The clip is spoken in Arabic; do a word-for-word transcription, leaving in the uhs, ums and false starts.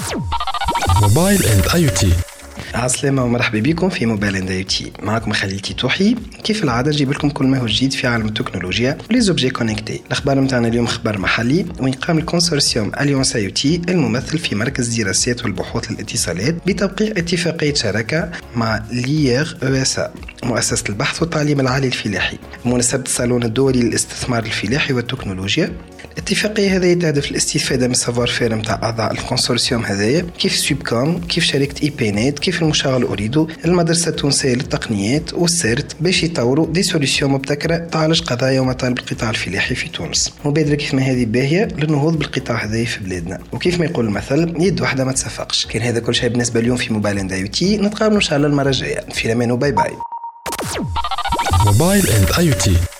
موبايل اند اي تي. عسلامة ومرحبا بكم في موبايل اند اي تي. معكم خليل توحي. كيف العادة نجيب لكم كل ما هو جديد في عالم التكنولوجيا وليزوبجي كونيكتي. الاخبار متاعنا اليوم خبر محلي، وين قام الكونسورسيوم اليونس اي تي الممثل في مركز الدراسات والبحوث للاتصالات بتوقيع اتفاقية شراكة مع ليير او اس ا مؤسسة البحث والتعليم العالي الفلاحي بمناسبة الصالون الدولي للاستثمار الفلاحي والتكنولوجيا. الاتفاقية هذه تهدف الاستفادة من السافوار فير متاع أعضاء الكونسورسيوم هذايا، كيف سوبكوم، كيف شركة اي بي نت، كيف المشغل أوريدو، المدرسة التونسية للتقنيات والسيرت، باش يطوروا دي سوليسيون مبتكرة تعالج قضايا ومطالب القطاع الفلاحي في تونس. مبادرة كيف ما هذه باهية للنهوض بالقطاع هذايا في بلادنا، وكيف ما يقول المثل يد واحدة ما تصفقش. كان هذا كل شيء بالنسبة اليوم في موبايل اند اي تي. نتقابلوا إن شاء الله المرة الجاية في الأمان وباي باي. موبايل اند اي تي.